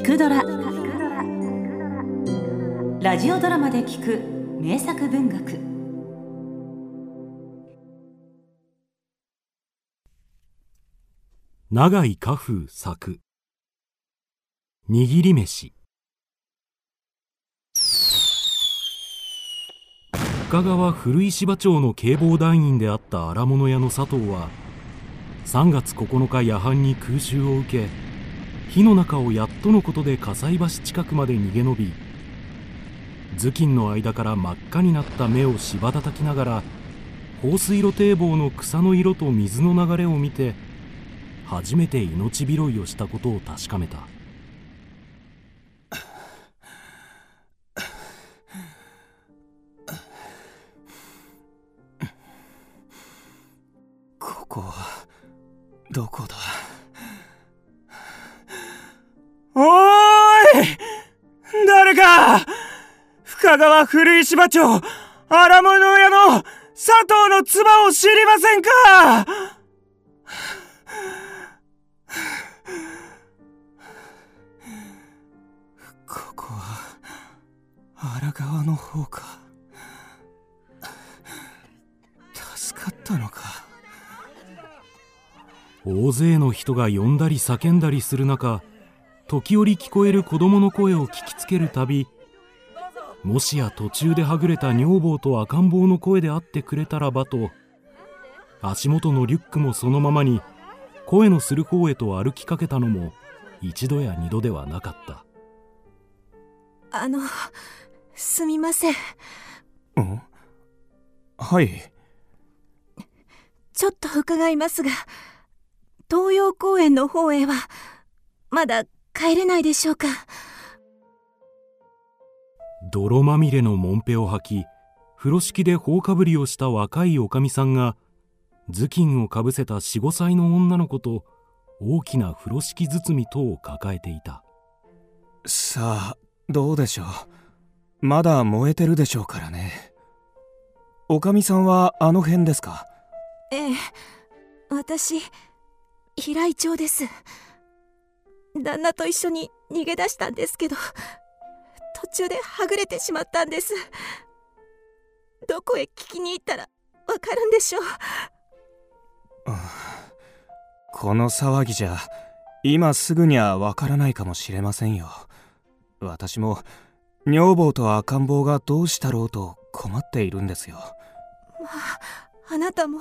くドラ」ラジオドラマで聞く名作文学。 永井荷風作握り飯。深川古石場町の警棒団員であった荒物屋の佐藤は3月9日夜半に空襲を受け、火の中をやっとのことで葛西橋近くまで逃げ延び、頭巾の間から真っ赤になった目をしばたたきながら放水路堤防の草の色と水の流れを見て初めて命拾いをしたことを確かめた。 ここはどこだ。おーい、誰か深川古石場町荒物屋の佐藤の妻を知りませんか。ここは荒川の方か。助かったのか。 大勢の人が呼んだり叫んだりする中、時折聞こえる子供の声を聞きつけるたび、もしや途中ではぐれた女房と赤ん坊の声であってくれたらばと、足元のリュックもそのままに声のする方へと歩きかけたのも一度や二度ではなかった。 すみません。 はい。 ちょっと伺いますが、東洋公園の方へはまだ帰れないでしょうか。 泥まみれのもんぺを履き、風呂敷で頬かぶりをした若いおかみさんが、頭巾をかぶせた4、5歳の女の子と大きな風呂敷包み等を抱えていた。 さあ、どうでしょう。まだ燃えてるでしょうからね。おかみさんはあの辺ですか。 ええ、私平井町です。旦那と一緒に逃げ出したんですけど、途中ではぐれてしまったんです。どこへ聞きに行ったらわかるんでしょう。 この騒ぎじゃ今すぐにはわからないかもしれませんよ。私も女房と赤ん坊がどうしたろうと困っているんですよ。 まあ、あなたも。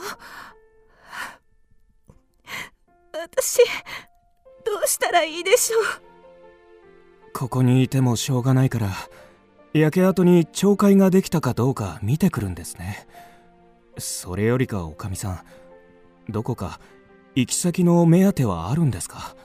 私どうしたらいいでしょう。 ここにいてもしょうがないから、焼け跡に町会ができたかどうか見てくるんですね。それよりかおかみさん、どこか行き先の目当てはあるんですか。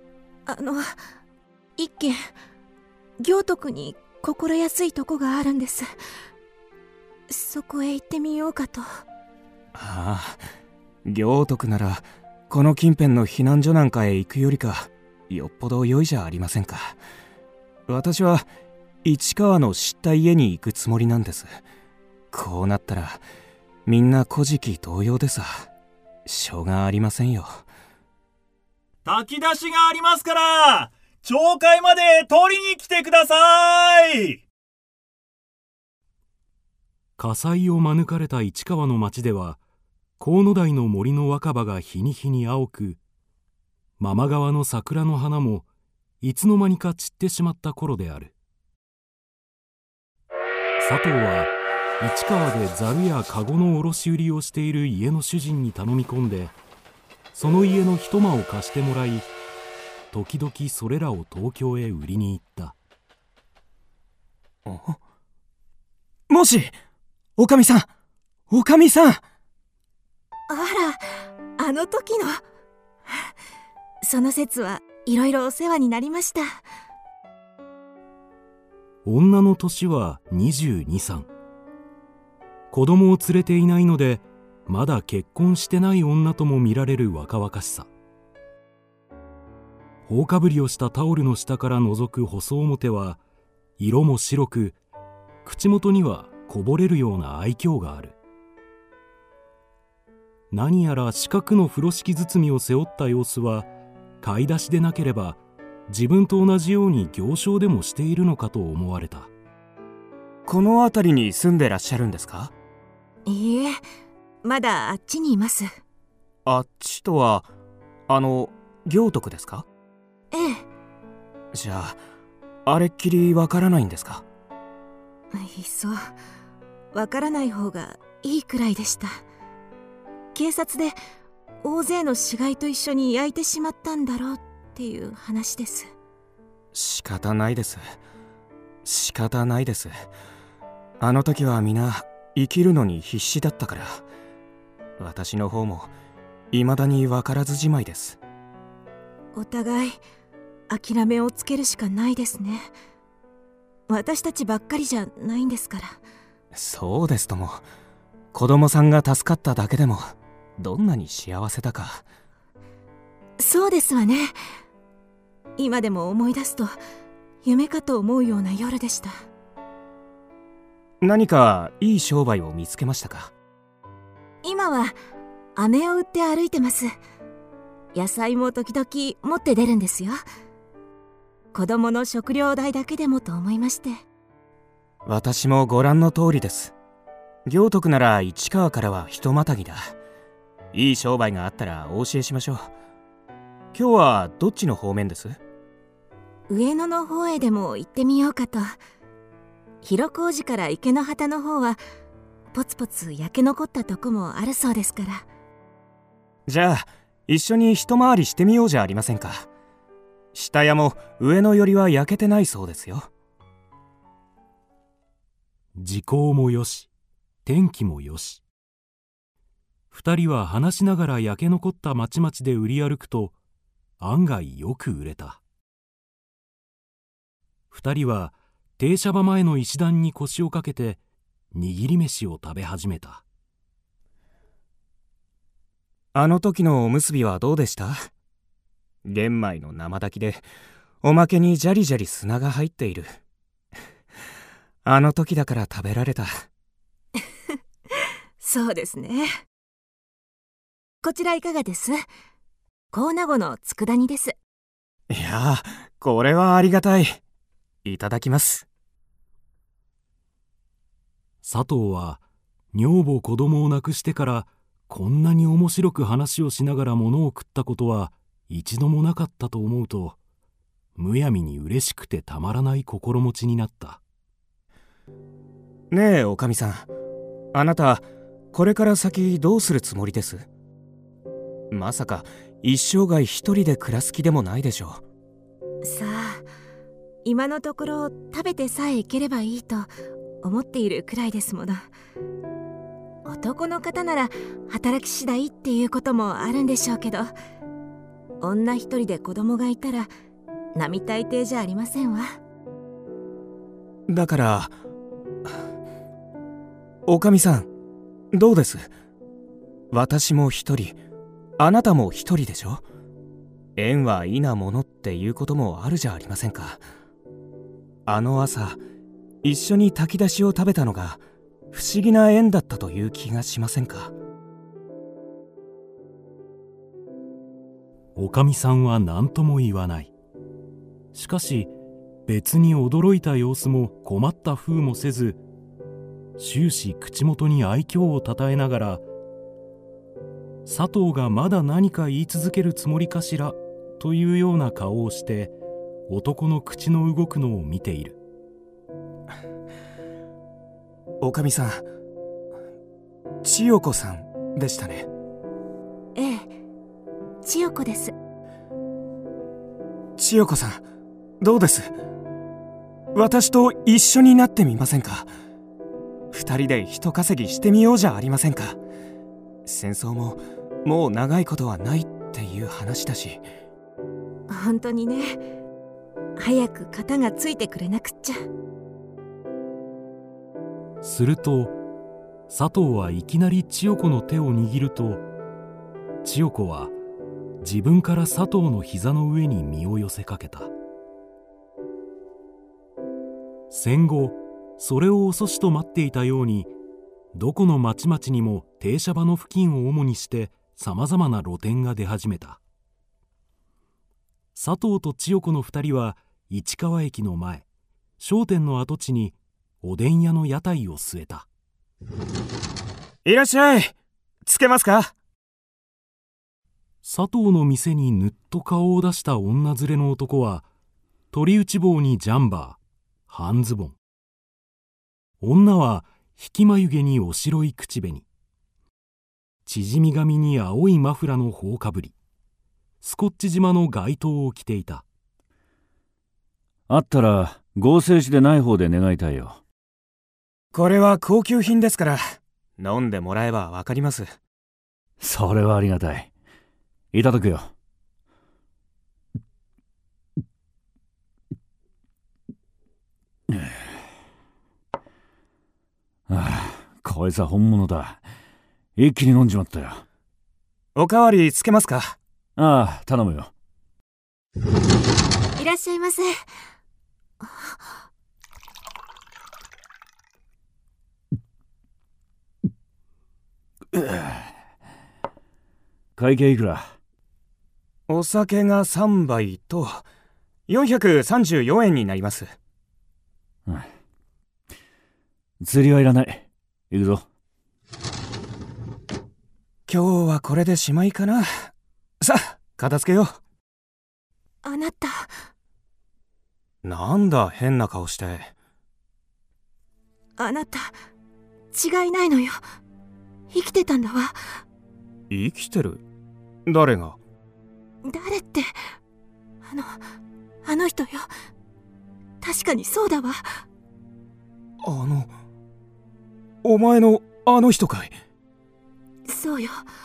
一軒行徳に心安いとこがあるんです。そこへ行ってみようかと。 ああ、行徳ならこの近辺の避難所なんかへ行くよりかよっぽど良いじゃありませんか。私は市川の知った家に行くつもりなんです。こうなったらみんな古事記同様でさ、しょうがありませんよ。 炊き出しがありますから町会まで取りに来てください。 火災を免れた市川の町では、河野台の森の若葉が日に日に青く、真間川の桜の花もいつの間にか散ってしまった頃である。佐藤は市川でざるやかごの卸売りをしている家の主人に頼み込んで、その家の一間を貸してもらい、時々それらを東京へ売りに行った。 もしおかみさん、おかみさん。 あら、あの時の。その節はいろいろお世話になりました。 女の年は22、3。子供を連れていないので、まだ結婚してない女とも見られる若々しさ。頬かぶりをしたタオルの下から覗く細表は色も白く、口元にはこぼれるような愛嬌がある。何やら四角の風呂敷包みを背負った様子は買い出しでなければ自分と同じように行商でもしているのかと思われた。 この辺りに住んでらっしゃるんですか？ いいえ、まだあっちにいます。 あっちとは行徳ですか？ ええ。 じゃああれっきりわからないんですか？ いっそわからない方がいいくらいでした。警察で大勢の死骸と一緒に焼いてしまったんだろうっていう話です。 仕方ないです。仕方ないです。あの時は皆生きるのに必死だったから。私の方も未だにわからずじまいです。 お互い諦めをつけるしかないですね。私たちばっかりじゃないんですから。 そうですとも。子供さんが助かっただけでもどんなに幸せだか。 そうですわね。今でも思い出すと夢かと思うような夜でした。 何かいい商売を見つけましたか？ 今は飴を売って歩いてます。野菜も時々持って出るんですよ。子供の食料代だけでもと思いまして。 私もご覧の通りです。行徳なら市川からはひとまたぎだ。いい商売があったらお教えしましょう。今日はどっちの方面です？ 上野の方へでも行ってみようかと。広小路から池の端の方はポツポツ焼け残ったとこもあるそうですから。 じゃあ一緒に一回りしてみようじゃありませんか。下屋も上野よりは焼けてないそうですよ。 時効もよし、天気もよし。二人は話しながら焼け残った町々で売り歩くと案外よく売れた。二人は停車場前の石段に腰をかけて握り飯を食べ始めた。 あの時のおむすびはどうでした？玄米の生炊きでおまけにジャリジャリ砂が入っている。あの時だから食べられた。 そうですね。こちらいかがです？高名湖の佃煮です。 いやー、これはありがたい。いただきます。 佐藤は女房子供を亡くしてからこんなに面白く話をしながら物を食ったことは一度もなかったと思うと、むやみに嬉しくてたまらない心持ちになった。 ねえおかみさん、あなたこれから先どうするつもりです？まさか一生涯一人で暮らす気でもないでしょう。さあ、今のところ食べてさえいければいいと思っているくらいですもの。男の方なら働き次第っていうこともあるんでしょうけど、女一人で子供がいたら並大抵じゃありませんわ。 だからおかみさんどうです？私も一人、あなたも一人でしょ。縁はいなものっていうこともあるじゃありませんか。あの朝一緒に炊き出しを食べたのが不思議な縁だったという気がしませんか。 おかみさんは何とも言わない。しかし別に驚いた様子も困った風もせず、終始口元に愛嬌をたたえながら、佐藤がまだ何か言い続けるつもりかしらというような顔をして男の口の動くのを見ている。 おかみさん、千代子さんでしたね。 ええ、千代子です。 千代子さん、どうです？私と一緒になってみませんか？二人で一稼ぎしてみようじゃありませんか。戦争ももう長いことはないっていう話だし。 本当にね、早く片がついてくれなくっちゃ。 すると佐藤はいきなり千代子の手を握ると、千代子は自分から佐藤の膝の上に身を寄せかけた。戦後それを遅しと待っていたように、どこの町々にも停車場の付近を主にしてさまざまな露店が出始めた。 佐藤と千代子の2人は市川駅の前、商店の跡地におでん屋の屋台を据えた。 いらっしゃい。つけますか？ 佐藤の店にぬっと顔を出した女連れの男は、鳥打ち帽にジャンバー、半ズボン。女は引き眉毛にお白い口紅、縮み髪に青いマフラの頬かぶり、スコッチ島の街灯を着ていた。 あったら合成紙でない方で願いたいよ。 これは高級品ですから、飲んでもらえばわかります。 それはありがたい。いただくよ。こいつは本物だ。一気に飲んじまったよ。 おかわりつけますか？ ああ、頼むよ。 いらっしゃいませ。 会計いくら？ お酒が3杯と434円になります。 釣りはいらない。行くぞ。 今日はこれでしまいかな。さあ、片付けよう。 あなた。 なんだ変な顔して。 あなた、違いないのよ。生きてたんだわ。 生きてる？誰が？ 誰って、あの人よ。確かにそうだわ。 お前のあの人かい？ そうよ。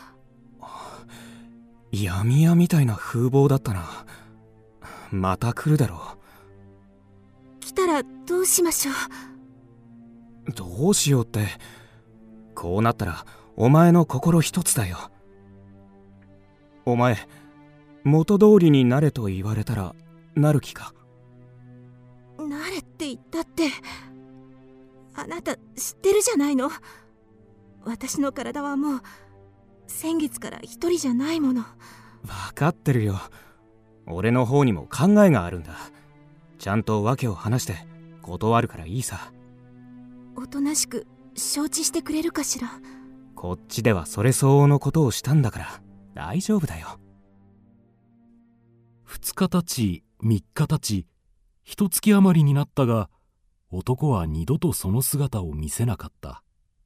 闇屋みたいな風貌だったな。また来るだろう。 来たらどうしましょう。 どうしようって、こうなったらお前の心一つだよ。お前、元通りになれと言われたらなる気か？ なれって言ったって、あなた知ってるじゃないの。私の体はもう先月から一人じゃないもの。 分かってるよ。俺の方にも考えがあるんだ。ちゃんと訳を話して断るからいいさ。 おとなしく承知してくれるかしら。 こっちではそれ相応のことをしたんだから大丈夫だよ。 2日経ち3日経ち、1月余りになったが、男は二度とその姿を見せなかった。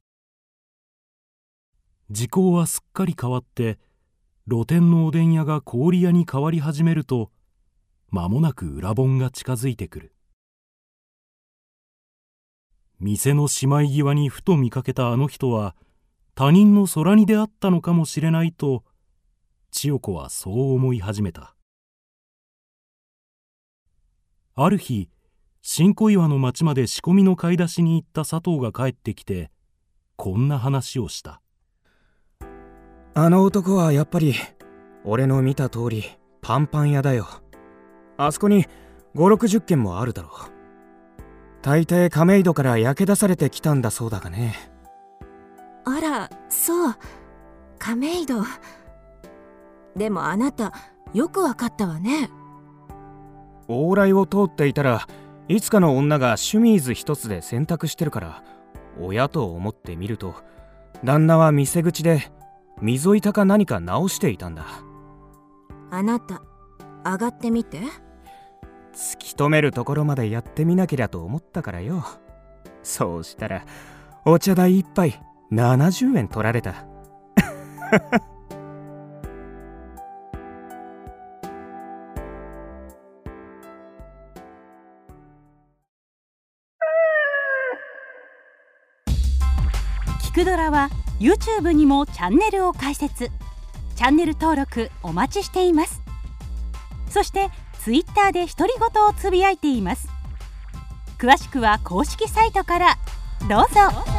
時効はすっかり変わって、露店のおでん屋が氷屋に変わり始めると、間もなく裏盆が近づいてくる。店のしまい際にふと見かけたあの人は、他人の空似であったのかもしれないと、千代子はそう思い始めた。ある日、新小岩の町まで仕込みの買い出しに行った佐藤が帰ってきて、こんな話をした。 あの男はやっぱり俺の見た通りパンパン屋だよ。あそこに5、60軒もあるだろう。大抵亀戸から焼け出されてきたんだそうだがね。 あら、そう、亀戸。でもあなたよくわかったわね。 往来を通っていたらいつかの女がシュミーズ一つで洗濯してるから、親と思ってみると、旦那は店口で溝板か何か直していたんだ。 あなた上がってみて。 突き止めるところまでやってみなけりゃと思ったからよ。そうしたらお茶代一杯70円取られた。 キクドラは YouTube にもチャンネルを開設。チャンネル登録お待ちしています。そしてTwitter で独り言をつぶやいています。詳しくは公式サイトからどうぞ。